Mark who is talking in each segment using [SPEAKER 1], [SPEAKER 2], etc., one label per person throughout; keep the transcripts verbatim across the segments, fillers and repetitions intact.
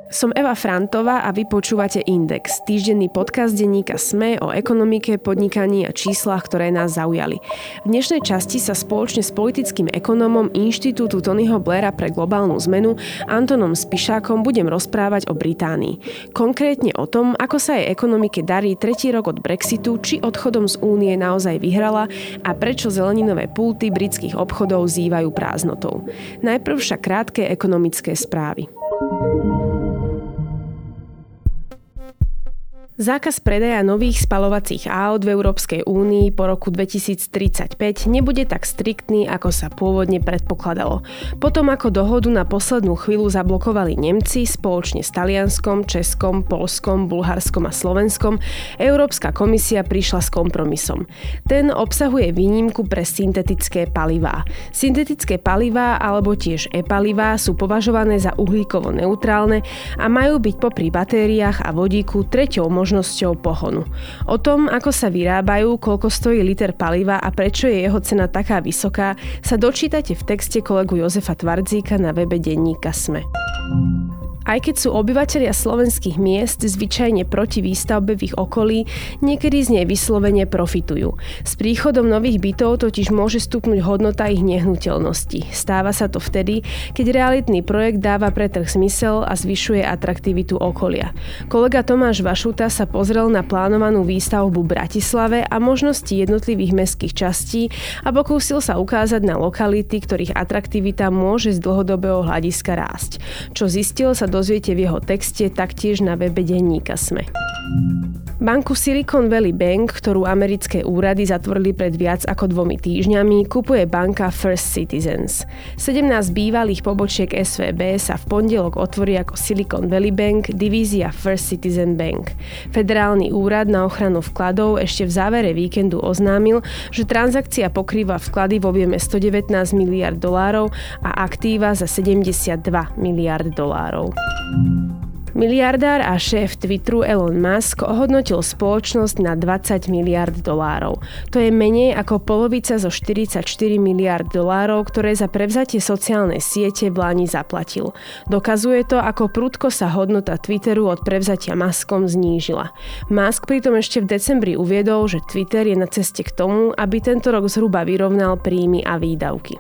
[SPEAKER 1] Som Eva Frantová a vy počúvate Index, týždenný podcast denníka es em e o ekonomike, podnikaní a číslach, ktoré nás zaujali. V dnešnej časti sa spoločne s politickým ekonómom Inštitútu Tonyho Blaira pre globálnu zmenu Antonom Spišákom budem rozprávať o Británii. Konkrétne o tom, ako sa jej ekonomike darí tretí rok od Brexitu, či odchodom z únie naozaj vyhrala a prečo zeleninové pulty britských obchodov zývajú prázdnotou. Najprv však krátke ekonomické správy. Zákaz predaja nových spaľovacích áut v Európskej únii po roku dvetisíctridsaťpäť nebude tak striktný, ako sa pôvodne predpokladalo. Potom ako dohodu na poslednú chvíľu zablokovali Nemci spoločne s Talianskom, Českom, Poľskom, Bulharskom a Slovenskom, Európska komisia prišla s kompromisom. Ten obsahuje výnimku pre syntetické palivá. Syntetické palivá alebo tiež e-palivá sú považované za uhlíkovo neutrálne a majú byť popri batériách a vodíku treťou možnosťou možnosťou pohonu. O tom, ako sa vyrábajú, koľko stojí liter paliva a prečo je jeho cena taká vysoká, sa dočítate v texte kolegu Jozefa Tvardzíka na webe denníka es em e. Aj keď sú obyvatelia slovenských miest zvyčajne proti výstavbe v ich okolí, niekedy z nej vyslovene profitujú. S príchodom nových bytov totiž môže stupnúť hodnota ich nehnuteľnosti. Stáva sa to vtedy, keď realitný projekt dáva pre trh zmysel a zvyšuje atraktivitu okolia. Kolega Tomáš Vašuta sa pozrel na plánovanú výstavbu v Bratislave a možnosti jednotlivých mestských častí a pokúsil sa ukázať na lokality, ktorých atraktivita môže z dlhodobého hľadiska rásť. Čo zistil, sa dozviete v jeho texte taktiež na webe denníka es em e. Banku Silicon Valley Bank, ktorú americké úrady zatvorili pred viac ako dvomi týždňami, kupuje banka First Citizens. sedemnásť bývalých pobočiek es vé bé sa v pondelok otvorí ako Silicon Valley Bank, divízia First Citizen Bank. Federálny úrad na ochranu vkladov ešte v závere víkendu oznámil, že transakcia pokrýva vklady v objeme stodevätnásť miliárd dolárov a aktíva za sedemdesiatdva miliárd dolárov. Miliardár a šéf Twitteru Elon Musk ohodnotil spoločnosť na dvadsať miliárd dolárov. To je menej ako polovica zo štyridsaťštyri miliárd dolárov, ktoré za prevzatie sociálnej siete v Lani zaplatil. Dokazuje to, ako prudko sa hodnota Twitteru od prevzatia Muskom znížila. Musk pritom ešte v decembri uviedol, že Twitter je na ceste k tomu, aby tento rok zhruba vyrovnal príjmy a výdavky.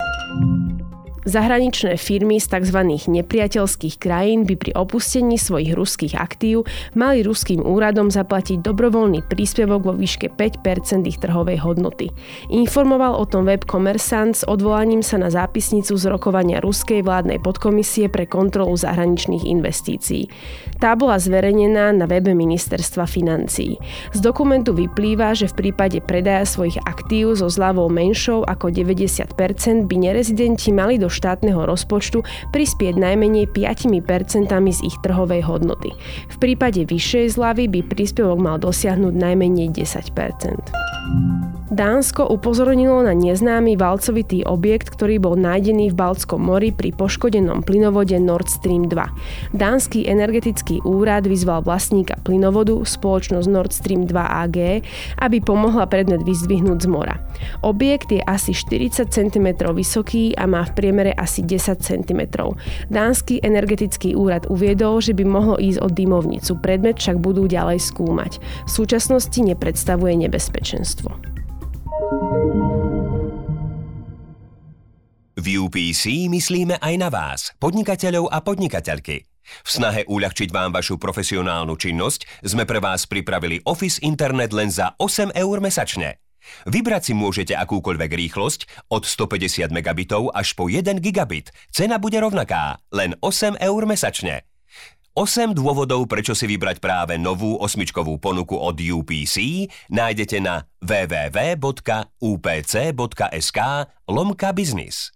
[SPEAKER 1] Zahraničné firmy z tzv. Nepriateľských krajín by pri opustení svojich ruských aktív mali ruským úradom zaplatiť dobrovoľný príspevok vo výške päť percent ich trhovej hodnoty. Informoval o tom web Kommersant s odvolaním sa na zápisnicu z rokovania ruskej vládnej podkomisie pre kontrolu zahraničných investícií. Tá bola zverejnená na webe ministerstva financií. Z dokumentu vyplýva, že v prípade predaja svojich aktív so zľavou menšou ako deväťdesiat percent by nerezidenti mali do štátneho rozpočtu prispieť najmenej päť percent z ich trhovej hodnoty. V prípade vyššej zľavy by príspevok mal dosiahnuť najmenej desať percent. Dánsko upozornilo na neznámy valcovitý objekt, ktorý bol nájdený v Baltskom mori pri poškodenom plynovode Nord Stream dva. Dánsky energetický úrad vyzval vlastníka plynovodu, spoločnosť Nord Stream dva á gé, aby pomohla predmet vyzdvihnúť z mora. Objekt je asi štyridsať centimetrov vysoký a má v priemere asi desať centimetrov. Dánsky energetický úrad uviedol, že by mohlo ísť o dymovnicu, predmet však budú ďalej skúmať. V súčasnosti nepredstavuje nebezpečenstvo.
[SPEAKER 2] V ú pé cé myslíme aj na vás, podnikateľov a podnikateľky. V snahe uľahčiť vám vašu profesionálnu činnosť sme pre vás pripravili Office Internet len za osem eur mesačne. Vybrať si môžete akúkoľvek rýchlosť od stopäťdesiat megabitov až po jeden gigabit. Cena bude rovnaká, len osem eur mesačne. osem dôvodov, prečo si vybrať práve novú osmičkovú ponuku od ú pé cé, nájdete na w w w bodka u p c bodka es ká lomka biznis.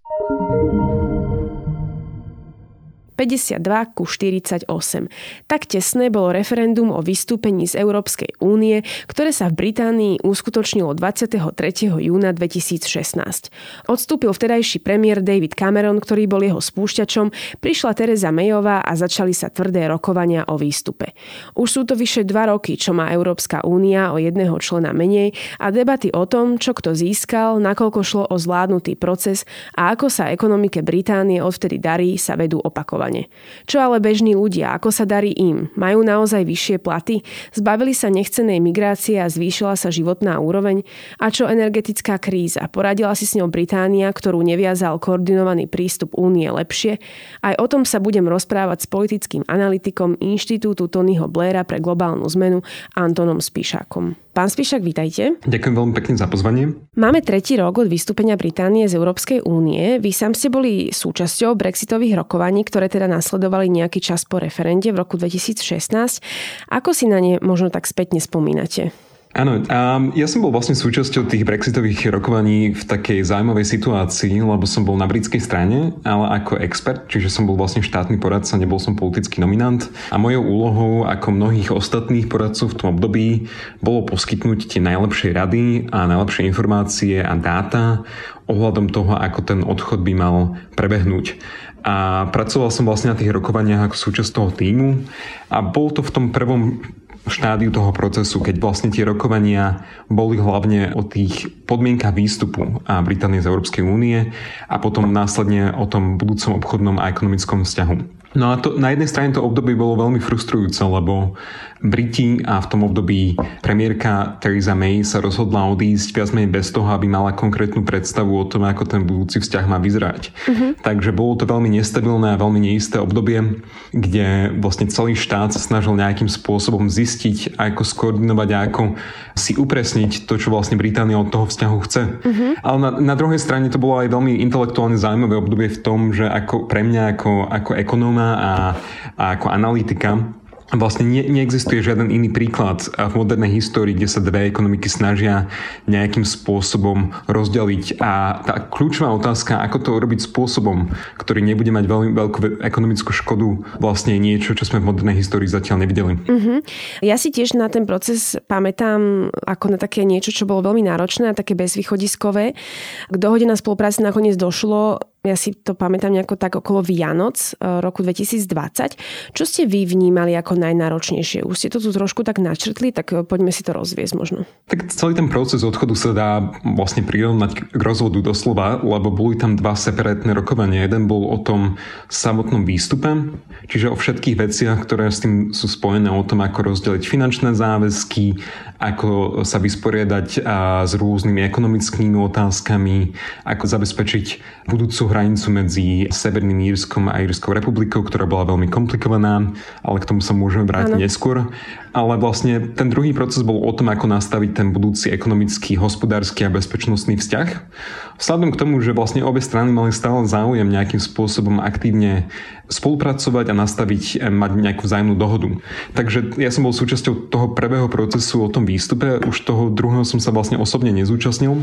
[SPEAKER 1] päťdesiatdva ku štyridsaťosem. Tak tesné bolo referendum o vystúpení z Európskej únie, ktoré sa v Británii uskutočnilo dvadsiateho tretieho júna dvetisícšestnásť. Odstúpil vtedajší premiér David Cameron, ktorý bol jeho spúšťačom, prišla Theresa Mayová a začali sa tvrdé rokovania o výstupe. Už sú to vyše dva roky, čo má Európska únia o jedného člena menej a debaty o tom, čo kto získal, nakoľko šlo o zvládnutý proces a ako sa ekonomike Británie odvtedy darí, sa vedú opakovane. strane. Čo ale bežní ľudia, ako sa darí im? Majú naozaj vyššie platy? Zbavili sa nechcenej migrácie a zvýšila sa životná úroveň? A čo energetická kríza? Poradila si s ňou Británia, ktorú neviazal koordinovaný prístup únie lepšie? Aj o tom sa budem rozprávať s politickým analytikom Inštitútu Tonyho Blaira pre globálnu zmenu Antonom Spišákom. Pán Spišák, vítajte.
[SPEAKER 3] Ďakujem veľmi pekne za pozvanie.
[SPEAKER 1] Máme tretí rok od vystúpenia Británie z Európskej únie. Vy sám ste boli súčasťou brexitových rokovaní, ktoré teda nasledovali nejaký čas po referende v roku dvetisícšestnásť. Ako si na ne možno tak spätne spomínate?
[SPEAKER 3] Áno, a ja som bol vlastne súčasťou tých brexitových rokovaní v takej zaujímavej situácii, lebo som bol na britskej strane, ale ako expert, čiže som bol vlastne štátny poradca, nebol som politický nominant. A mojou úlohou, ako mnohých ostatných poradcov v tom období, bolo poskytnúť tie najlepšie rady a najlepšie informácie a dáta ohľadom toho, ako ten odchod by mal prebehnúť. A pracoval som vlastne na tých rokovaniach ako súčasť toho tímu a bol to v tom prvom štádiu toho procesu, keď vlastne tie rokovania boli hlavne o tých podmienkach výstupu a Británie z Európskej únie a potom následne o tom budúcom obchodnom a ekonomickom vzťahu. No a to, na jednej strane to obdobie bolo veľmi frustrujúce, lebo Briti a v tom období premiérka Theresa May sa rozhodla odísť viac menej bez toho, aby mala konkrétnu predstavu o tom, ako ten budúci vzťah má vyzerať. Uh-huh. Takže bolo to veľmi nestabilné a veľmi neisté obdobie, kde vlastne celý štát sa snažil nejakým spôsobom zistiť, ako skoordinovať a ako si upresniť to, čo vlastne Británia od toho vzťahu chce. Uh-huh. Ale na, na druhej strane to bolo aj veľmi intelektuálne zaujímavé obdobie v tom, že ako pre mňa ako, ako ekonóma a, a ako analytika vlastne ne, neexistuje žiaden iný príklad v modernej histórii, kde sa dve ekonomiky snažia nejakým spôsobom rozdeliť. A tá kľúčová otázka, ako to urobiť spôsobom, ktorý nebude mať veľmi veľkú ekonomickú škodu, vlastne je niečo, čo sme v modernej histórii zatiaľ nevideli. Uh-huh.
[SPEAKER 1] Ja si tiež na ten proces pamätám ako na také niečo, čo bolo veľmi náročné a také bezvýchodiskové. K dohode na spolupráci nakoniec došlo. Ja si to pamätám nejako tak okolo Vianoc roku dvetisícdvadsať. Čo ste vy vnímali ako najnáročnejšie? Už ste to tu trošku tak načrtli, tak poďme si to rozviesť možno.
[SPEAKER 3] Tak celý ten proces odchodu sa dá vlastne prirovnať k rozvodu doslova, lebo boli tam dva separátne rokovania. Jeden bol o tom samotnom výstupe, čiže o všetkých veciach, ktoré s tým sú spojené, o tom, ako rozdeliť finančné záväzky, ako sa vysporiadať s rôznymi ekonomickými otázkami, ako zabezpečiť budúcu hranicu medzi Severným Írskom a Írskou republikou, ktorá bola veľmi komplikovaná, ale k tomu sa môžeme vrátiť ano. neskôr. Ale vlastne ten druhý proces bol o tom, ako nastaviť ten budúci ekonomický, hospodársky a bezpečnostný vzťah. Vzhľadom k tomu, že vlastne obe strany mali stále záujem nejakým spôsobom aktívne spolupracovať a nastaviť, mať nejakú vzájomnú dohodu. Takže ja som bol súčasťou toho prvého procesu o tom výstupe, už toho druhého som sa vlastne osobne nezúčastnil,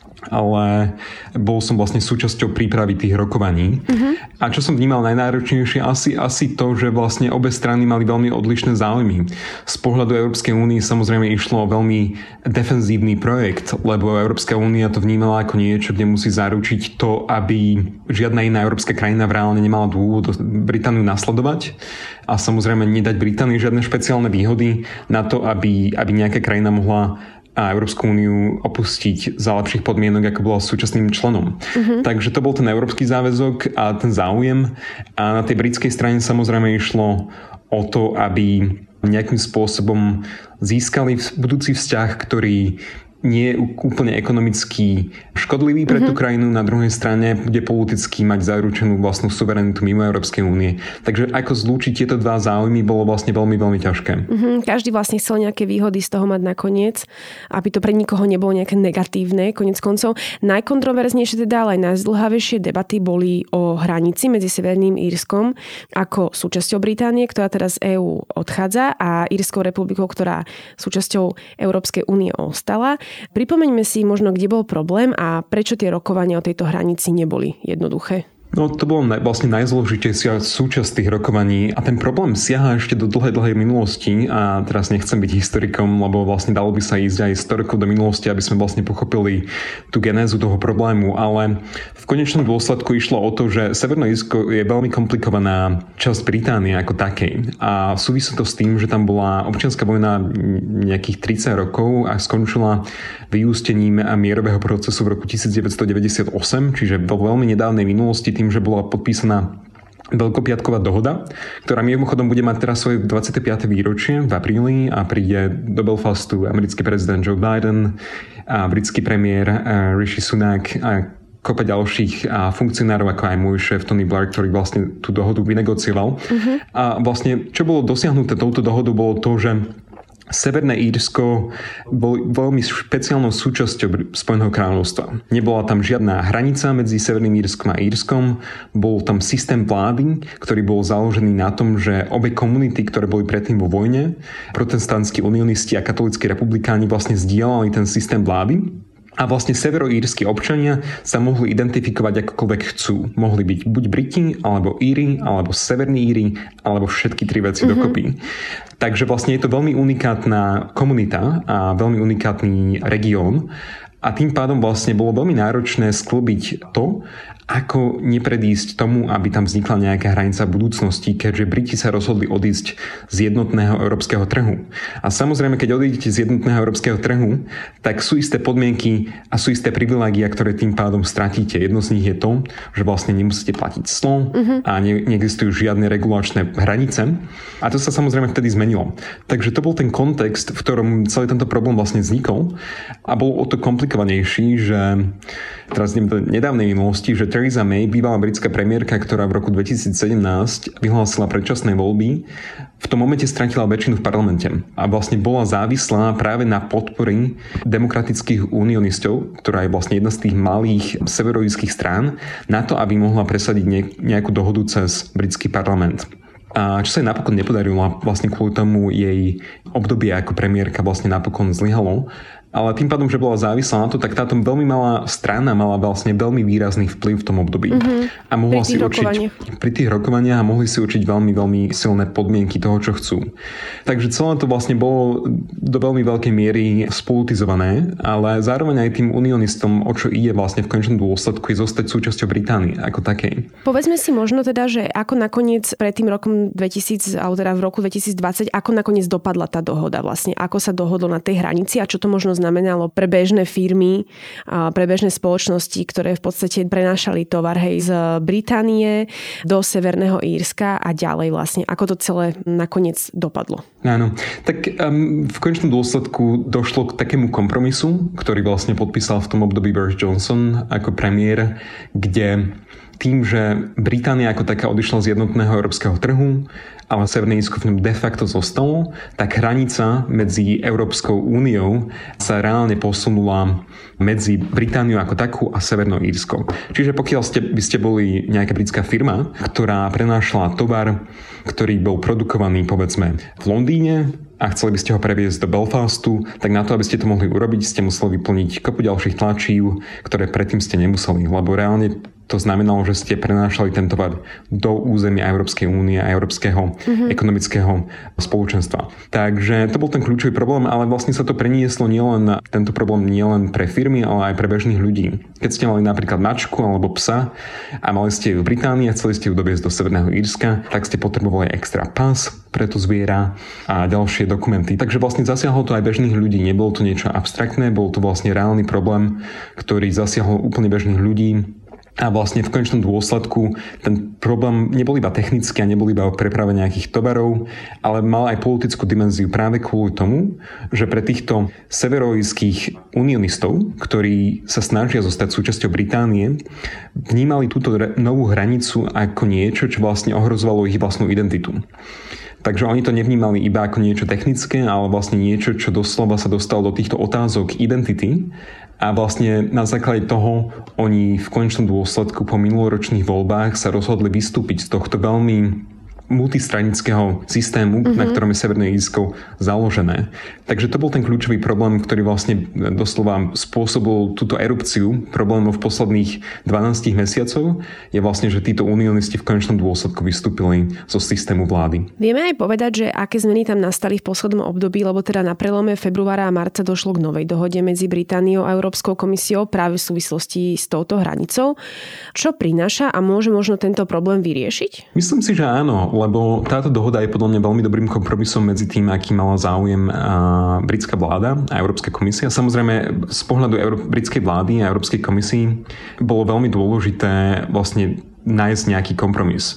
[SPEAKER 3] ale bol som vlastne súčasťou prípravy tých rokovaní. Uh-huh. A čo som vnímal najnáročnejšie, asi, asi to, že vlastne obe strany mali veľmi odlišné záujmy. Z pohľadu Európskej únie samozrejme išlo o veľmi defenzívny projekt, lebo Európska únia to vnímala ako niečo, kde musí zaručiť to, aby žiadna iná európska krajina v reálne nemala dôvod Britániu nasledovať a samozrejme nedať Británii žiadne špeciálne výhody na to, aby, aby nejaká krajina mohla a Európsku úniu opustiť za lepších podmienok, ako bola súčasným členom. Uh-huh. Takže to bol ten európsky záväzok a ten záujem. A na tej britskej strane samozrejme išlo o to, aby nejakým spôsobom získali budúci vzťah, ktorý nie je úplne ekonomicky škodlivý pre tú krajinu, na druhej strane bude politicky mať zaručenú vlastnú suverenitu mimo Európskej únie. Takže ako zlúčiť tieto dva záujmy bolo vlastne veľmi, veľmi ťažké. Mm-hmm. Každý vlastne chcel nejaké výhody z toho mať nakoniec, aby to pre nikoho nebolo nejaké negatívne, koniec koncov. Najkontroverznejšie teda, ale aj najzdĺhavejšie debaty boli o hranici medzi Severným Írskom ako súčasťou Británie, ktorá teraz z EÚ odchádza, a Írskou republikou, ktorá súčasťou Európskej únie ostala. Pripomeňme si možno, kde bol problém a prečo tie rokovania o tejto hranici neboli jednoduché. No to bolo naj, vlastne najzložitejšia súčasť tých rokovaní a ten problém siaha ešte do dlhej, dlhej minulosti a teraz nechcem byť historikom, lebo vlastne dalo by sa ísť aj sto rokov do minulosti, aby sme vlastne pochopili tú genézu toho problému, ale v konečnom dôsledku išlo o to, že Severné Írsko je veľmi komplikovaná časť Británie ako takej a súvisí to s tým, že tam bola občianska vojna nejakých tridsať rokov a skončila vyústením mierového procesu v roku devätnásťstodeväťdesiatosem, čiže vo veľmi nedávnej minulosti tým, že bola podpísaná Veľkopiatková dohoda, ktorá mimochodom bude mať teraz svoje dvadsiate piate výročie v apríli a príde do Belfastu americký prezident Joe Biden a britský premiér Rishi Sunak a kopa ďalších funkcionárov, ako aj môj šéf Tony Blair, ktorý vlastne tú dohodu vynegocioval. Uh-huh. A vlastne, čo bolo dosiahnuté touto dohodu, bolo to, že Severné Írsko bol veľmi špeciálnou súčasťou Spojeného kráľovstva. Nebola tam žiadna hranica medzi Severným Írskom a Írskom. Bol tam systém vlády, ktorý bol založený na tom, že obe komunity, ktoré boli predtým vo vojne, protestantskí unionisti a katolícki republikáni vlastne zdieľali ten systém vlády. A vlastne severoírsky občania sa mohli identifikovať akokoľvek chcú. Mohli byť buď Briti, alebo Íri, alebo Severní Íri, alebo všetky tri veci mm-hmm. dokopy. Takže vlastne je to veľmi unikátna komunita a veľmi unikátny región. A tým pádom vlastne bolo veľmi náročné sklbiť to, ako nepredísť tomu, aby tam vznikla nejaká hranica v budúcnosti, keďže Briti sa rozhodli odísť z jednotného európskeho trhu. A samozrejme, keď odídete z jednotného európskeho trhu, tak sú isté podmienky a sú isté privilégia, ktoré tým pádom stratíte. Jedno z nich je to, že vlastne nemusíte platiť clo uh-huh. a ne- neexistujú žiadne regulačné hranice. A to sa samozrejme vtedy zmenilo. Takže to bol ten kontext, v ktorom celý tento problém vlastne vznikol a bol o to komplikovanejší, že teraz idem do nedávnej minulosti, že Theresa May, bývalá britská premiérka, ktorá v roku dvetisícsedemnásť vyhlásila predčasné voľby, v tom momente stratila väčšinu v parlamente a vlastne bola závislá práve na podpory demokratických unionistov, ktorá je vlastne jedna z tých malých severoírskych strán, na to, aby mohla presadiť nejakú dohodu cez britský parlament. A čo sa jej napokon nepodarilo, vlastne kvôli tomu jej obdobie ako premiérka vlastne napokon zlyhalo. Ale tým pádom, že bola závislá na to, tak táto veľmi malá strana mala vlastne veľmi výrazný vplyv v tom období. Mm-hmm. A mohla si určiť pri tých rokovaniach a mohli si určiť veľmi, veľmi silné podmienky toho, čo chcú. Takže celé to vlastne bolo do veľmi veľkej miery spolitizované, ale zároveň aj tým unionistom, o čo ide vlastne v konečnom dôsledku, je zostať súčasťou Británie ako takej.
[SPEAKER 1] Povedzme si možno teda, že ako nakoniec pred tým rokom dvetisíc, alebo teda v roku dvetisícdvadsať, ako nakoniec dopadla tá dohoda vlastne, ako sa dohodlo na tej hranici a čo to možno znamenalo pre bežné firmy, pre bežné spoločnosti, ktoré v podstate prenášali tovar hej, z Británie do Severného Írska a ďalej vlastne. Ako to celé nakoniec dopadlo?
[SPEAKER 3] Áno. Tak um, v konečnom dôsledku došlo k takému kompromisu, ktorý vlastne podpísal v tom období Boris Johnson ako premiér, kde tým, že Británia ako taká odišla z jednotného európskeho trhu, ale Severné Írsko v ňom de facto zostalo, tak hranica medzi Európskou úniou sa reálne posunula medzi Britániou ako takú a Severnou Írskou. Čiže pokiaľ ste, by ste boli nejaká britská firma, ktorá prenášala tovar, ktorý bol produkovaný povedzme v Londýne, a chceli by ste ho previesť do Belfastu, tak na to, aby ste to mohli urobiť, ste museli vyplniť kopu ďalších tlačív, ktoré predtým ste nemuseli, lebo reálne to znamenalo, že ste prenášali ten tovar do územia Európskej únie a Európskeho mm-hmm. ekonomického spoločenstva. Takže to bol ten kľúčový problém, ale vlastne sa to prenieslo nielen tento problém nielen pre firmy, ale aj pre bežných ľudí. Keď ste mali napríklad mačku alebo psa a mali ste ju v Británii a chceli ste ju doviesť do Severného Írska, tak ste potrebovali extra pas pre to zviera a ďalšie dokumenty. Takže vlastne zasiahlo to aj bežných ľudí. Nebolo to niečo abstraktné, bol to vlastne reálny problém, ktorý zasiahol úplne bežných ľudí. A vlastne v konečnom dôsledku ten problém nebol iba technický a nebol iba o preprave nejakých tovarov, ale mal aj politickú dimenziu práve kvôli tomu, že pre týchto severoírskych unionistov, ktorí sa snažia zostať súčasťou Británie, vnímali túto novú hranicu ako niečo, čo vlastne ohrozovalo ich vlastnú identitu. Takže oni to nevnímali iba ako niečo technické, ale vlastne niečo, čo doslova sa dostalo do týchto otázok identity. A vlastne na základe toho oni v konečnom dôsledku po minuloročných voľbách sa rozhodli vystúpiť z tohto veľmi multistranického systému, mm-hmm. na ktorom je Severné Írsko založené. Takže to bol ten kľúčový problém, ktorý vlastne doslova spôsobil túto erupciu problémov v posledných dvanástich mesiacov, je vlastne, že títo unionisti v konečnom dôsledku vystúpili zo systému vlády.
[SPEAKER 1] Vieme aj povedať, že aké zmeny tam nastali v poslednom období, lebo teda na prelome februára a marca došlo k novej dohode medzi Britániou a Európskou komisiou práve v súvislosti s touto hranicou. Čo prináša a môže možno tento problém vyriešiť?
[SPEAKER 3] Myslím si, že áno, lebo táto dohoda je podľa mňa veľmi dobrým kompromisom medzi tým, aký mala záujem britská vláda a Európska komisia. Samozrejme, z pohľadu Euró- britskej vlády a Európskej komisii bolo veľmi dôležité vlastne nájsť nejaký kompromis.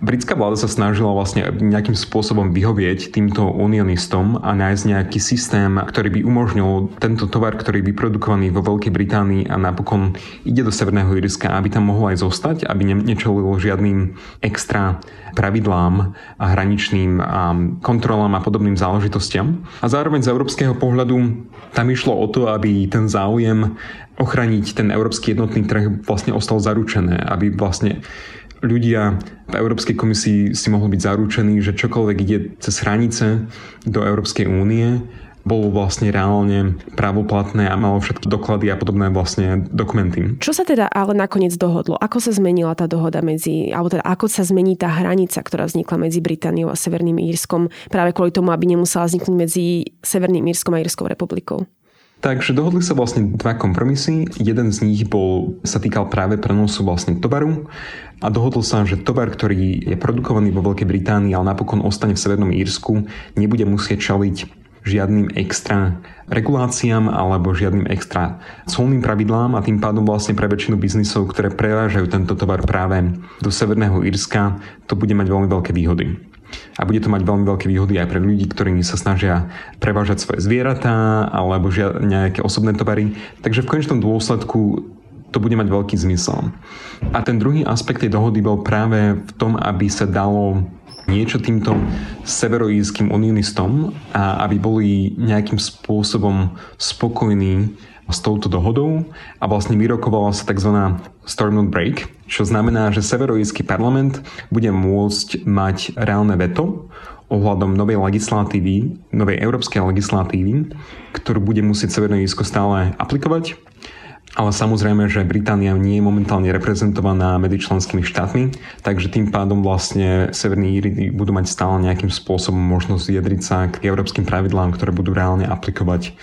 [SPEAKER 3] Britská vláda sa snažila vlastne nejakým spôsobom vyhovieť týmto unionistom a nájsť nejaký systém, ktorý by umožnil tento tovar, ktorý je vyprodukovaný vo Veľkej Británii a napokon ide do Severného Írska, aby tam mohol aj zostať, aby ne- nečelil žiadnym extra pravidlám a hraničným a kontrolám a podobným záležitostiam. A zároveň z európskeho pohľadu tam išlo o to, aby ten záujem ochraniť ten európsky jednotný trh vlastne ostal zaručené, aby vlastne ľudia v Európskej komisii si mohli byť zaručení, že čokoľvek ide cez hranice do Európskej únie, bolo vlastne reálne právoplatné a malo všetky doklady a podobné vlastne dokumenty.
[SPEAKER 1] Čo sa teda ale nakoniec dohodlo? Ako sa zmenila tá dohoda medzi, alebo teda ako sa zmení tá hranica, ktorá vznikla medzi Britániou a Severným Írskom, práve kvôli tomu, aby nemusela vzniknúť medzi Severným Írskom a Írskou republikou?
[SPEAKER 3] Takže dohodli sa vlastne dva kompromisy. Jeden z nich bol, sa týkal práve prenosu vlastne tovaru a dohodol sa, že tovar, ktorý je produkovaný vo Veľkej Británii, ale napokon ostane v Severnom Írsku, nebude musieť čeliť žiadnym extra reguláciám alebo žiadnym extra colným pravidlám a tým pádom vlastne pre väčšinu biznisov, ktoré prevážajú tento tovar práve do Severného Írska, to bude mať veľmi veľké výhody. A bude to mať veľmi veľké výhody aj pre ľudí, ktorí sa snažia prevážať svoje zvieratá alebo žia- nejaké osobné tovary. Takže v konečnom dôsledku to bude mať veľký zmysel. A ten druhý aspekt tej dohody bol práve v tom, aby sa dalo niečo týmto severoírskym unionistom a aby boli nejakým spôsobom spokojní s touto dohodou a vlastne vyrokovala sa tzv. Storm not break, čo znamená, že severoírsky parlament bude môcť mať reálne veto ohľadom novej legislatívy, novej európskej legislatívy, ktorú bude musieť Severné Írsko stále aplikovať. Ale samozrejme, že Británia nie je momentálne reprezentovaná medzi členskými štátmi, takže tým pádom vlastne Severní Íri budú mať stále nejakým spôsobom možnosť vyjadriť sa k európskym pravidlám, ktoré budú reálne aplikovať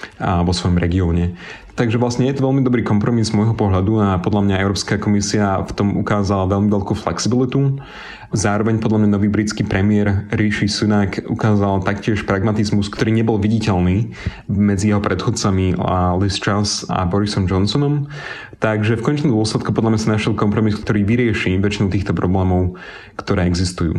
[SPEAKER 3] vo svojom regióne. Takže vlastne je to veľmi dobrý kompromis z môjho pohľadu a podľa mňa Európska komisia v tom ukázala veľmi veľkú flexibilitu. Zároveň podľa mňa nový britský premiér Rishi Sunak ukázal taktiež pragmatizmus, ktorý nebol viditeľný medzi jeho predchodcami Liz Truss a Borisom Johnsonom. Takže v konečnom dôsledku podľa mňa sa našiel kompromis, ktorý vyrieši väčšinu týchto problémov, ktoré existujú.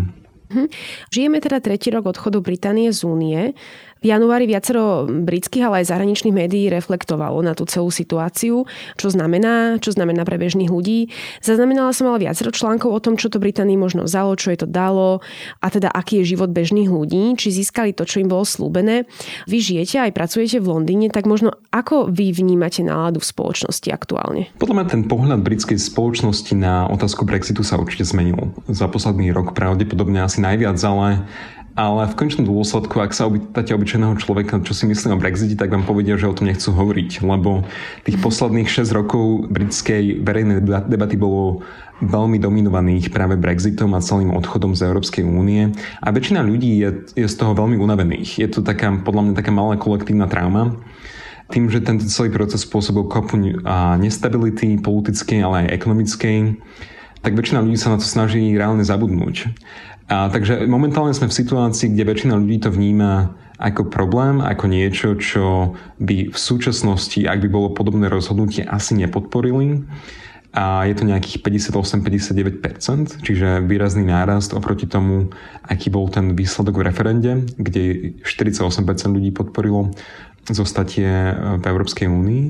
[SPEAKER 1] Žijeme teda tretí rok odchodu Británie z únie. V januári viacero britských, ale aj zahraničných médií reflektovalo na tú celú situáciu, čo znamená, čo znamená pre bežných ľudí. Zaznamenala som ale viacero článkov o tom, čo to Británii možno vzalo, čo je to dalo a teda aký je život bežných ľudí, či získali to, čo im bolo slúbené. Vy žijete aj pracujete v Londýne, tak možno ako vy vnímate náladu v spoločnosti aktuálne?
[SPEAKER 3] Podľa mňa ten pohľad britskej spoločnosti na otázku Brexitu sa určite zmenil. Za posledný rok pravdepodobne asi najviac, ale Ale v konečnom dôsledku, ak sa opýtate obyčajného človeka, čo si myslí o Brexite, tak vám povedia, že o tom nechcú hovoriť, lebo tých posledných šesť rokov britskej verejnej debaty bolo veľmi dominovaných práve Brexitom a celým odchodom z Európskej únie a väčšina ľudí je, je z toho veľmi unavených. Je to taká, podľa mňa taká malá kolektívna trauma. Tým, že tento celý proces spôsobil kopu nestability politickej, ale aj ekonomickej, tak väčšina ľudí sa na to snaží reálne zabudnúť. A takže momentálne sme v situácii, kde väčšina ľudí to vníma ako problém, ako niečo, čo by v súčasnosti, ak by bolo podobné rozhodnutie, asi nepodporili. A je to nejakých päťdesiatosem až päťdesiatdeväť percent, čiže výrazný nárast oproti tomu, aký bol ten výsledok v referende, kde štyridsaťosem percent ľudí podporilo zostatie v Európskej únii.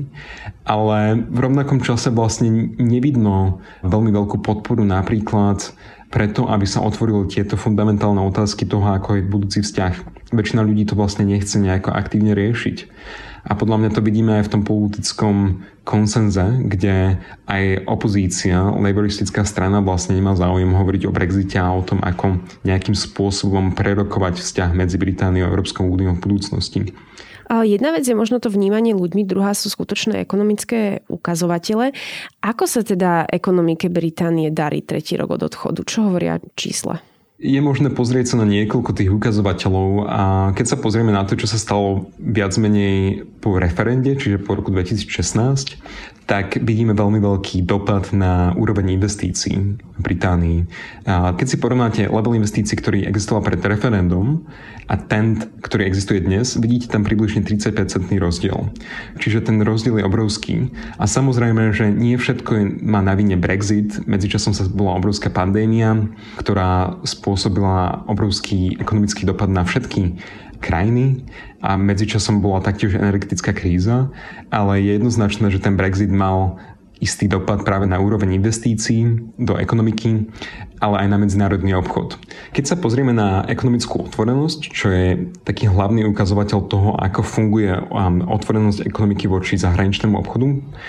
[SPEAKER 3] Ale v rovnakom čase vlastne nevidno veľmi veľkú podporu napríklad preto, aby sa otvorili tieto fundamentálne otázky toho, ako je budúci vzťah. Väčšina ľudí to vlastne nechce nejako aktívne riešiť. A podľa mňa to vidíme aj v tom politickom konsenze, kde aj opozícia, laboristická strana vlastne nemá záujem hovoriť o Brexite a o tom, ako nejakým spôsobom prerokovať vzťah medzi Britániou a Európskou úniou v budúcnosti.
[SPEAKER 1] Jedna vec je možno to vnímanie ľuďmi, druhá sú skutočné ekonomické ukazovatele. Ako sa teda ekonomike Británie darí tretí rok od odchodu? Čo hovoria čísla?
[SPEAKER 3] Je možné pozrieť sa na niekoľko tých ukazovateľov a keď sa pozrieme na to, čo sa stalo viac menej po referende, čiže po roku dvetisícšestnásť, tak vidíme veľmi veľký dopad na úroveň investícií v Británii. Keď si porovnáte level investícií, ktorý existoval pred referendum a ten, ktorý existuje dnes, vidíte tam približne tridsať percentný rozdiel. Čiže ten rozdiel je obrovský. A samozrejme, že nie všetko má na vine Brexit. Medzičasom sa bola obrovská pandémia, ktorá spôsobila obrovský ekonomický dopad na všetky krajiny a medzičasom bola taktiež energetická kríza, ale je jednoznačné, že ten Brexit mal istý dopad práve na úroveň investícií do ekonomiky, ale aj na medzinárodný obchod. Keď sa pozrieme na ekonomickú otvorenosť, čo je taký hlavný ukazovateľ toho, ako funguje otvorenosť ekonomiky voči zahraničnému obchodu,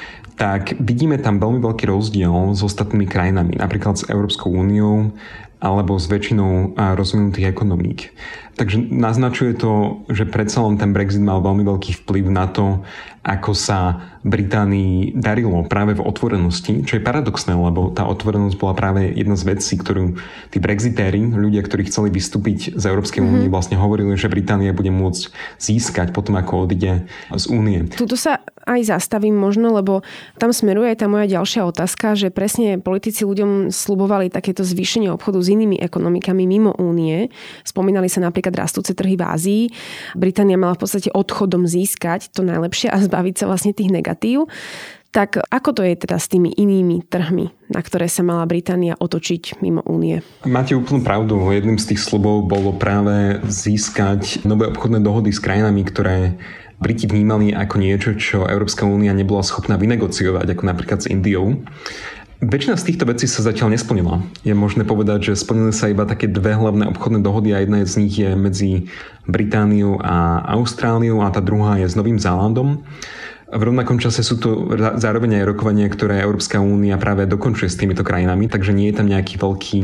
[SPEAKER 3] tak vidíme tam veľmi veľký rozdiel s ostatnými krajinami, napríklad s Európskou úniou alebo s väčšinou rozvinutých ekonomík. Takže naznačuje to, že predsa len ten Brexit mal veľmi veľký vplyv na to, ako sa Británii darilo práve v otvorenosti, čo je paradoxné, lebo tá otvorenosť bola práve jedna z vecí, ktorú tí brexitéri, ľudia, ktorí chceli vystúpiť z Európskej únie, mm-hmm. vlastne hovorili, že Británia bude môcť získať potom, ako odíde z únie.
[SPEAKER 1] Tuto sa aj zastavím možno, lebo tam smeruje aj tá moja ďalšia otázka, že presne politici ľuďom sľubovali takéto zvýšenie obchodu s inými ekonomikami mimo únie. Spomínali sa napríklad rastúce trhy v Ázii. Británia mala v podstate odchodom získať to najlepšie a zbaviť sa vlastne tých negatív. Tak ako to je teda s tými inými trhmi, na ktoré sa mala Británia otočiť mimo únie?
[SPEAKER 3] Máte úplnú pravdu. Jedným z tých sľubov bolo práve získať nové obchodné dohody s krajinami, ktoré Briti vnímali ako niečo, čo Európska únia nebola schopná vynegociovať, ako napríklad s Indiou. Väčšina z týchto vecí sa zatiaľ nesplnila. Je možné povedať, že splnili sa iba také dve hlavné obchodné dohody a jedna z nich je medzi Britániou a Austráliou a tá druhá je s Novým Zélandom. V rovnakom čase sú to zároveň aj rokovania, ktoré Európska únia práve dokončuje s týmito krajinami, takže nie je tam nejaký veľký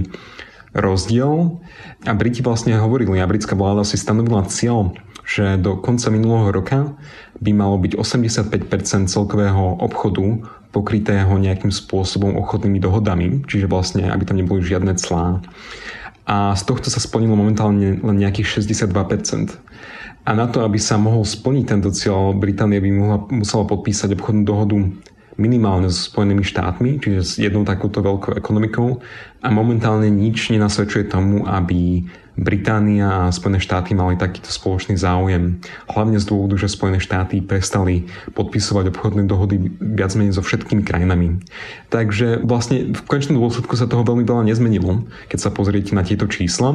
[SPEAKER 3] rozdiel. A Briti vlastne hovorili, a britská vláda si stanovila cieľ, že do konca minulého roka by malo byť osemdesiatpäť percent celkového obchodu pokrytého nejakým spôsobom obchodnými dohodami, čiže vlastne, aby tam neboli žiadne clá. A z tohto sa splnilo momentálne len nejakých šesťdesiatdva percent. A na to, aby sa mohol splniť tento cieľ, Británia by mohla, musela podpísať obchodnú dohodu minimálne so Spojenými štátmi, čiže s jednou takouto veľkou ekonomikou. A momentálne nič nenasvedčuje tomu, aby Británia a Spojené štáty mali takýto spoločný záujem. Hlavne z dôvodu, že Spojené štáty prestali podpisovať obchodné dohody viac menej so všetkými krajinami. Takže vlastne v konečnom dôsledku sa toho veľmi veľa nezmenilo, keď sa pozriete na tieto čísla.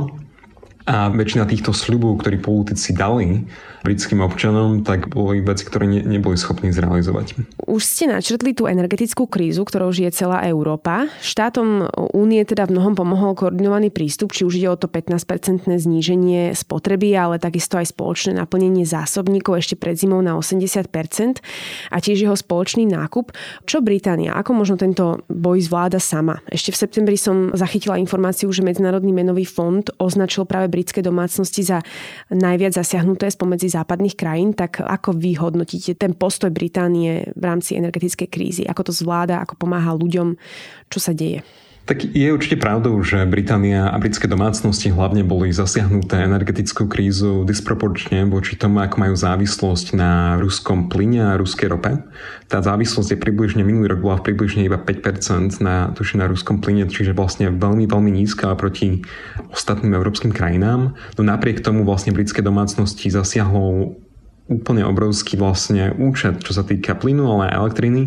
[SPEAKER 3] A väčšina týchto sľubov, ktorí politici dali britským občanom, tak boli veci, ktoré ne, neboli schopní zrealizovať.
[SPEAKER 1] Už ste načrtli tú energetickú krízu, ktorou žije celá Európa. Štátom únie teda v mnohom pomohol koordinovaný prístup, či už ide o to pätnásťpercentné zníženie spotreby, ale takisto aj spoločné naplnenie zásobníkov ešte pred zimou na osemdesiat percent a tiež jeho spoločný nákup. Čo Británia? Ako možno tento boj zvláda sama? Ešte v septembri som zachytila informáciu, že Medzinárodný menový fond označil práve britské domácnosti za najviac zasiahnuté spomedzi západných krajín, tak ako vy hodnotíte ten postoj Británie v rámci energetickej krízy? Ako to zvláda, ako pomáha ľuďom, čo sa deje?
[SPEAKER 3] Tak je určite pravdou, že Británia a britské domácnosti hlavne boli zasiahnuté energetickou krízou disproporčne voči tomu, ako majú závislosť na ruskom plyne a ruskej rope. Tá závislosť je približne, minulý rok bola približne iba päť percent na, tuši, na ruskom plyne, čiže vlastne veľmi, veľmi nízka proti ostatným európskym krajinám. No napriek tomu vlastne britské domácnosti zasiahlo úplne obrovský vlastne účet, čo sa týka plynu, ale aj elektriny.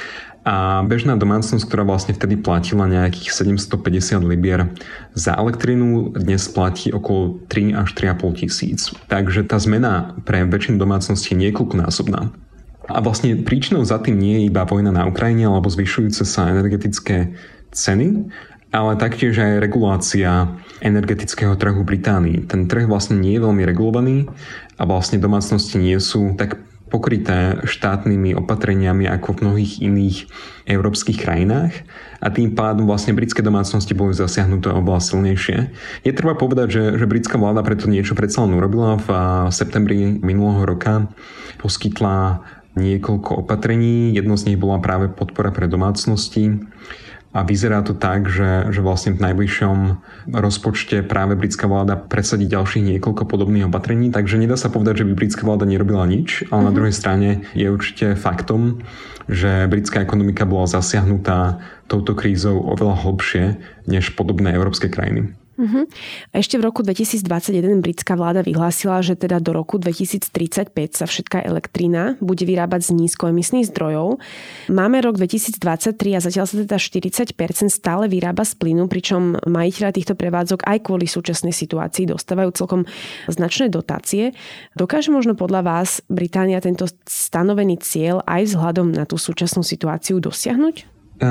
[SPEAKER 3] A bežná domácnosť, ktorá vlastne vtedy platila nejakých sedemstopäťdesiat libier za elektrinu, dnes platí okolo tri až tri a pol tisíc. Takže tá zmena pre väčšinu domácností je niekoľkonásobná. A vlastne príčinou za tým nie je iba vojna na Ukrajine alebo zvyšujúce sa energetické ceny, ale taktiež aj regulácia energetického trhu v Británii. Ten trh vlastne nie je veľmi regulovaný a vlastne domácnosti nie sú tak pokryté štátnymi opatreniami ako v mnohých iných európskych krajinách a tým pádom vlastne britské domácnosti boli zasiahnuté oveľa silnejšie. Je treba povedať, že, že britská vláda preto niečo predsa len urobila. V septembri minulého roka poskytla niekoľko opatrení. Jedno z nich bola práve podpora pre domácnosti. A vyzerá to tak, že, že vlastne v najbližšom rozpočte práve britská vláda presadí ďalších niekoľko podobných opatrení, takže nedá sa povedať, že by britská vláda nerobila nič, ale mm-hmm. na druhej strane je určite faktom, že britská ekonomika bola zasiahnutá touto krízou oveľa hlbšie než podobné európske krajiny.
[SPEAKER 1] Uh-huh. A ešte v roku dvetisícdvadsaťjeden britská vláda vyhlásila, že teda do roku dvetisíctridsaťpäť sa všetká elektrina bude vyrábať z nízkoemisných zdrojov. Máme rok dvetisícdvadsaťtri a zatiaľ sa teda štyridsať percent stále vyrába z plynu, pričom majiteľia týchto prevádzok aj kvôli súčasnej situácii dostávajú celkom značné dotácie. Dokáže možno podľa vás Británia tento stanovený cieľ aj vzhľadom na tú súčasnú situáciu dosiahnuť?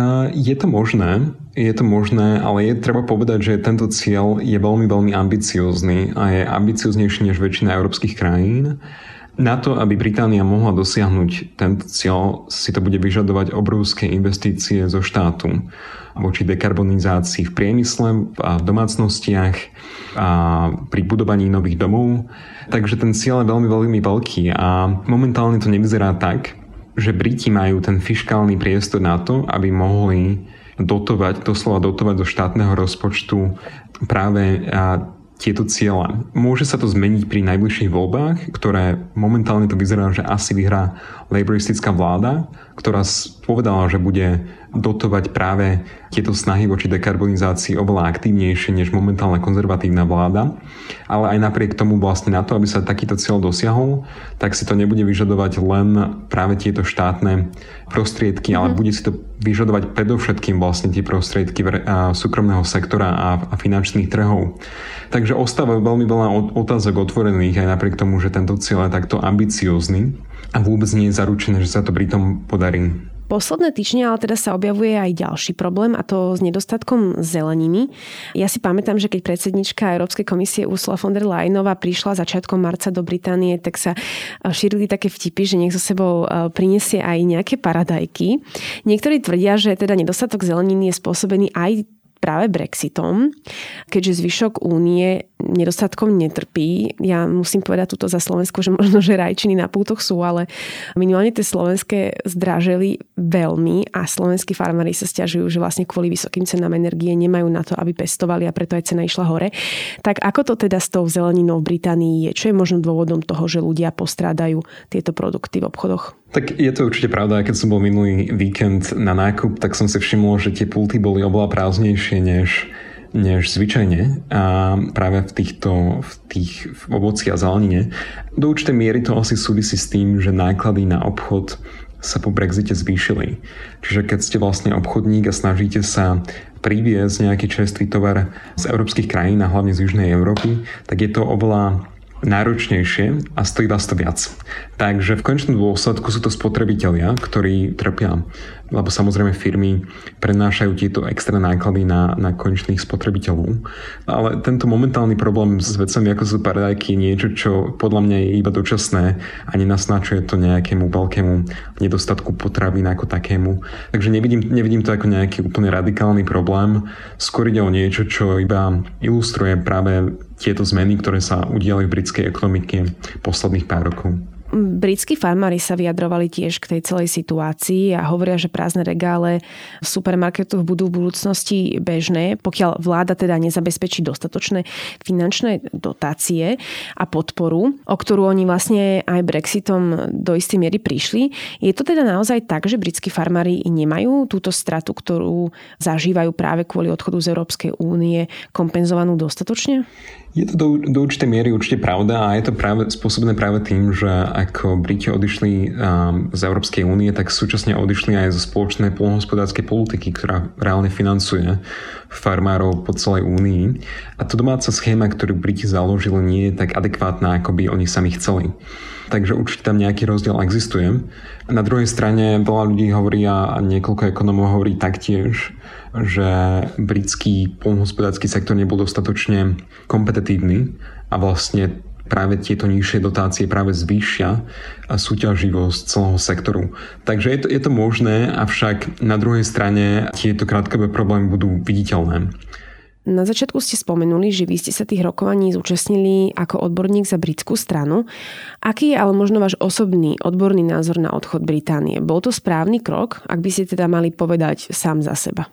[SPEAKER 3] Je to možné, je to možné, ale je treba povedať, že tento cieľ je veľmi, veľmi ambiciózny a je ambicioznejší než väčšina európskych krajín. Na to, aby Británia mohla dosiahnuť tento cieľ, si to bude vyžadovať obrovské investície zo štátu voči dekarbonizácii v priemysle a v domácnostiach a pri budovaní nových domov. Takže ten cieľ je veľmi, veľmi veľký a momentálne to nevyzerá tak, že Briti majú ten fiškálny priestor na to, aby mohli dotovať, doslova dotovať do štátneho rozpočtu práve tieto cieľa. Môže sa to zmeniť pri najbližších voľbách, ktoré momentálne to vyzerá, že asi vyhrá laboristická vláda, ktorá povedala, že bude dotovať práve tieto snahy voči dekarbonizácii oveľa aktívnejšie než momentálna konzervatívna vláda. Ale aj napriek tomu vlastne na to, aby sa takýto cieľ dosiahol, tak si to nebude vyžadovať len práve tieto štátne prostriedky, mm. ale bude si to vyžadovať predovšetkým vlastne tie prostriedky súkromného sektora a, a finančných trhov. Takže ostáva veľmi veľa otázok otvorených aj napriek tomu, že tento cieľ je takto ambiciózny a vôbec nie je zaručené, že sa to Britom podarí.
[SPEAKER 1] Posledné týždne ale teda sa objavuje aj ďalší problém, a to s nedostatkom zeleniny. Ja si pamätám, že keď predsednička Európskej komisie Ursula von der Leyenová prišla začiatkom marca do Británie, tak sa šírili také vtipy, že nech so sebou prinesie aj nejaké paradajky. Niektorí tvrdia, že teda nedostatok zeleniny je spôsobený aj práve Brexitom, keďže zvyšok únie nedostatkom netrpí. Ja musím povedať túto za Slovensko, že možno, že rajčiny na pultoch sú, ale minimálne tie slovenské zdraželi veľmi a slovenskí farmári sa sťažujú, že vlastne kvôli vysokým cenám energie nemajú na to, aby pestovali a preto aj cena išla hore. Tak ako to teda s tou zeleninou v Británii je? Čo je možno dôvodom toho, že ľudia postrádajú tieto produkty v obchodoch?
[SPEAKER 3] Tak je to určite pravda. Keď som bol minulý víkend na nákup, tak som si všimol, že tie pulty boli oveľa prázdnejšie než, než zvyčajne. A práve v týchto v tých v ovoci a zelenine. Do určitej miery to asi súvisí s tým, že náklady na obchod sa po Brexite zvýšili. Čiže keď ste vlastne obchodník a snažíte sa priviesť nejaký čerstvý tovar z európskych krajín a hlavne z Južnej Európy, tak je to oveľa náročnejšie a stojí vás to viac. Takže v konečnom dôsledku sú to spotrebitelia, ktorí trpia, lebo samozrejme firmy prenášajú tieto extra náklady na, na konečných spotrebiteľov. Ale tento momentálny problém s vecami ako sú paradajky je niečo, čo podľa mňa je iba dočasné a nenasnačuje to nejakému veľkému nedostatku potravín ako takému. Takže nevidím, nevidím to ako nejaký úplne radikálny problém. Skôr ide o niečo, čo iba ilustruje práve tieto zmeny, ktoré sa udiali v britskej ekonomike posledných pár rokov.
[SPEAKER 1] Britskí farmári sa vyjadrovali tiež k tej celej situácii a hovoria, že prázdne regále v supermarketoch budú v budúcnosti bežné, pokiaľ vláda teda nezabezpečí dostatočné finančné dotácie a podporu, o ktorú oni vlastne aj Brexitom do istej miery prišli. Je to teda naozaj tak, že britskí farmári nemajú túto stratu, ktorú zažívajú práve kvôli odchodu z Európskej únie, kompenzovanú dostatočne?
[SPEAKER 3] Je to do, do určitej miery určite pravda a je to práve spôsobené práve tým, že ako Briti odišli um, z Európskej únie, tak súčasne odišli aj zo spoločnej poľnohospodárskej politiky, ktorá reálne financuje farmárov po celej únii. A to domáca schéma, ktorú Briti založili, nie je tak adekvátna, ako by oni sami chceli. Takže určite tam nejaký rozdiel existuje. Na druhej strane veľa ľudí hovorí a niekoľko ekonomov hovorí taktiež, že britský poľnohospodársky sektor nebol dostatočne kompetitívny a vlastne práve tieto nižšie dotácie práve zvýšia súťaživosť celého sektoru. Takže je to, je to možné, avšak na druhej strane tieto krátkodobé problémy budú viditeľné.
[SPEAKER 1] Na začiatku ste spomenuli, že vy ste sa tých rokovaní zúčastnili ako odborník za britskú stranu. Aký je ale možno váš osobný odborný názor na odchod Británie? Bol to správny krok, ak by ste teda mali povedať sám za seba?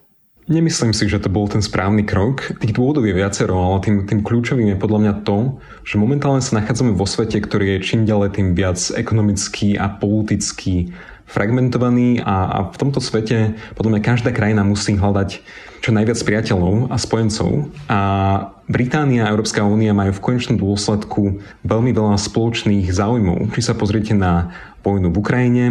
[SPEAKER 3] Nemyslím si, že to bol ten správny krok. Tých dôvodov je viacero, ale tým, tým kľúčovým je podľa mňa to, že momentálne sa nachádzame vo svete, ktorý je čím ďalej tým viac ekonomicky a politicky fragmentovaný a, a v tomto svete podľa mňa každá krajina musí hľadať čo najviac priateľov a spojencov. A Británia a Európska únia majú v konečnom dôsledku veľmi veľa spoločných záujmov. Či sa pozriete na vojnu v Ukrajine,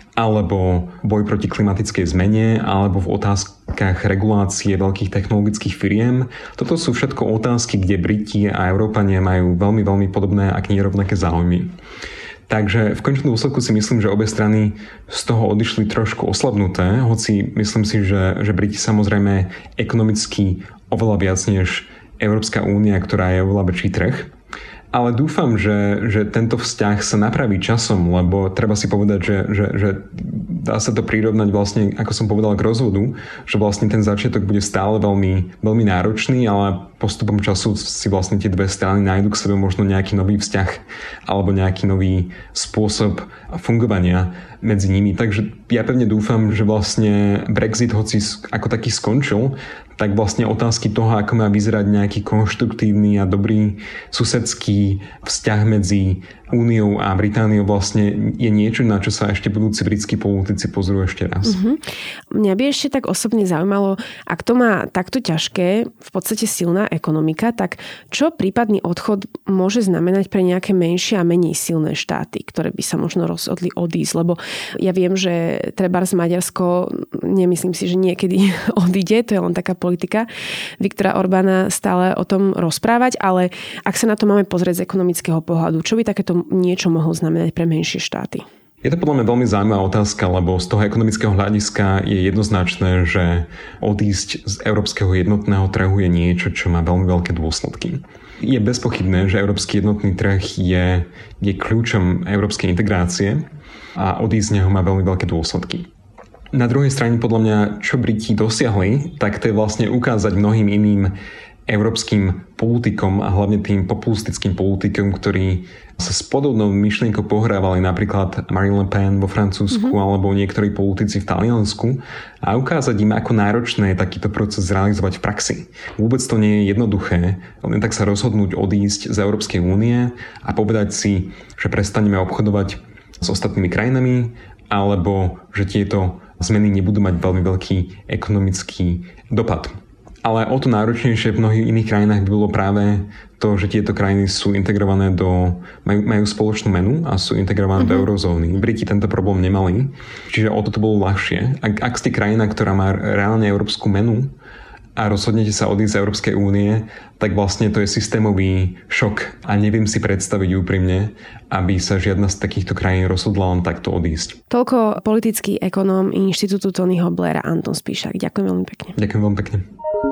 [SPEAKER 3] alebo boj proti klimatickej zmene, alebo v otázkach regulácie veľkých technologických firiem. Toto sú všetko otázky, kde Briti a Európania majú veľmi, veľmi podobné, ak nie rovnaké záujmy. Takže v konečnom dôsledku si myslím, že obe strany z toho odišli trošku oslabnuté, hoci myslím si, že, že Briti samozrejme ekonomicky oveľa viac než Európska únia, ktorá je oveľa väčší trh. Ale dúfam, že, že tento vzťah sa napraví časom, lebo treba si povedať, že, že, že dá sa to prirovnať vlastne, ako som povedal, k rozvodu, že vlastne ten začiatok bude stále veľmi, veľmi náročný, ale postupom času si vlastne tie dve strany nájdu k sebe možno nejaký nový vzťah alebo nejaký nový spôsob fungovania medzi nimi. Takže ja pevne dúfam, že vlastne Brexit, hoci ako taký skončil, tak vlastne otázky toho, ako má vyzerať nejaký konštruktívny a dobrý susedský vzťah medzi Úniou a Britániou vlastne je niečo, na čo sa ešte budúci britskí politici pozrú ešte raz.
[SPEAKER 1] Uh-huh. Mňa by ešte tak osobne zaujímalo, ak to má takto ťažké, v podstate silná ekonomika, tak čo prípadný odchod môže znamenať pre nejaké menšie a menej silné štáty, ktoré by sa možno rozhodli odísť? Lebo ja viem, že trebárs Maďarsko, nemyslím si, že niekedy odíde, to je len taká politika Viktora Orbána stále o tom rozprávať, ale ak sa na to máme pozrieť z ekonomického pohľadu, čo by takéto niečo mohlo znamenať pre menšie štáty?
[SPEAKER 3] Je to podľa mňa veľmi zaujímavá otázka, lebo z toho ekonomického hľadiska je jednoznačné, že odísť z európskeho jednotného trhu je niečo, čo má veľmi veľké dôsledky. Je bezpochybné, že európsky jednotný trh je, je kľúčom európskej integrácie a odísť z neho má veľmi veľké dôsledky. Na druhej strane podľa mňa, čo Briti dosiahli, tak to je vlastne ukázať mnohým iným európskym politikom a hlavne tým populistickým politikom, ktorí sa s podobnou myšlienkou pohrávali, napríklad Marine Le Pen vo Francúzsku mm-hmm. alebo niektorí politici v Taliansku, a ukázať im, ako náročné je takýto proces realizovať v praxi. Vôbec to nie je jednoduché, len tak sa rozhodnúť odísť z Európskej únie a povedať si, že prestaneme obchodovať s ostatnými krajinami, alebo že tieto zmeny nebudú mať veľmi veľký ekonomický dopad. Ale o to náročnejšie v mnohých iných krajinách by bolo práve to, že tieto krajiny sú integrované do, majú, majú spoločnú menu a sú integrované mm-hmm. do eurozóny. Briti tento problém nemali, čiže o to to bolo ľahšie. Ak, ak ste krajina, ktorá má reálne európsku menu a rozhodnete sa odísť z Európskej únie, tak vlastne to je systémový šok a neviem si predstaviť úprimne, aby sa žiadna z takýchto krajín rozhodla len takto odísť.
[SPEAKER 1] Toľko politický ekonóm Inštitútu Tonyho Blaira Anton Spíšak. Ďakujem veľmi pekne.
[SPEAKER 3] Ďakujem veľmi pekne.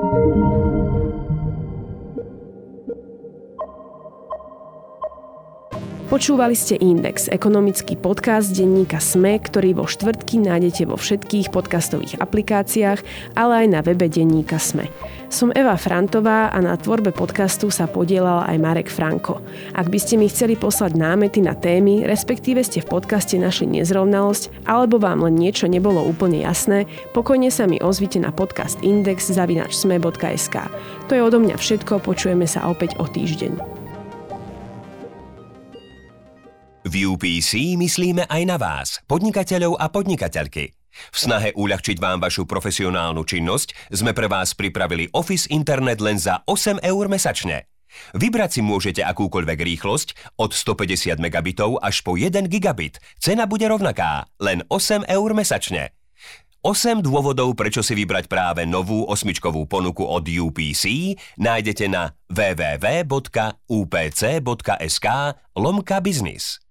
[SPEAKER 1] Počúvali ste Index, ekonomický podcast denníka SME, ktorý vo štvrtky nájdete vo všetkých podcastových aplikáciách, ale aj na webe denníka SME. Som Eva Frantová a na tvorbe podcastu sa podielal aj Marek Franko. Ak by ste mi chceli poslať námety na témy, respektíve ste v podcaste našli nezrovnalosť, alebo vám len niečo nebolo úplne jasné, pokojne sa mi ozvite na podcast index zavináč sme bodka es ká. To je odo mňa všetko, počujeme sa opäť o týždeň.
[SPEAKER 2] V ú pé cé myslíme aj na vás, podnikateľov a podnikateľky. V snahe uľahčiť vám vašu profesionálnu činnosť sme pre vás pripravili Office Internet len za osem eur mesačne. Vybrať si môžete akúkoľvek rýchlosť od stopäťdesiat megabitov až po jeden gigabit. Cena bude rovnaká, len osem eur mesačne. osem dôvodov, prečo si vybrať práve novú osmičkovú ponuku od ú pé cé, nájdete na w w w bodka u p c bodka es ká lomka biznis.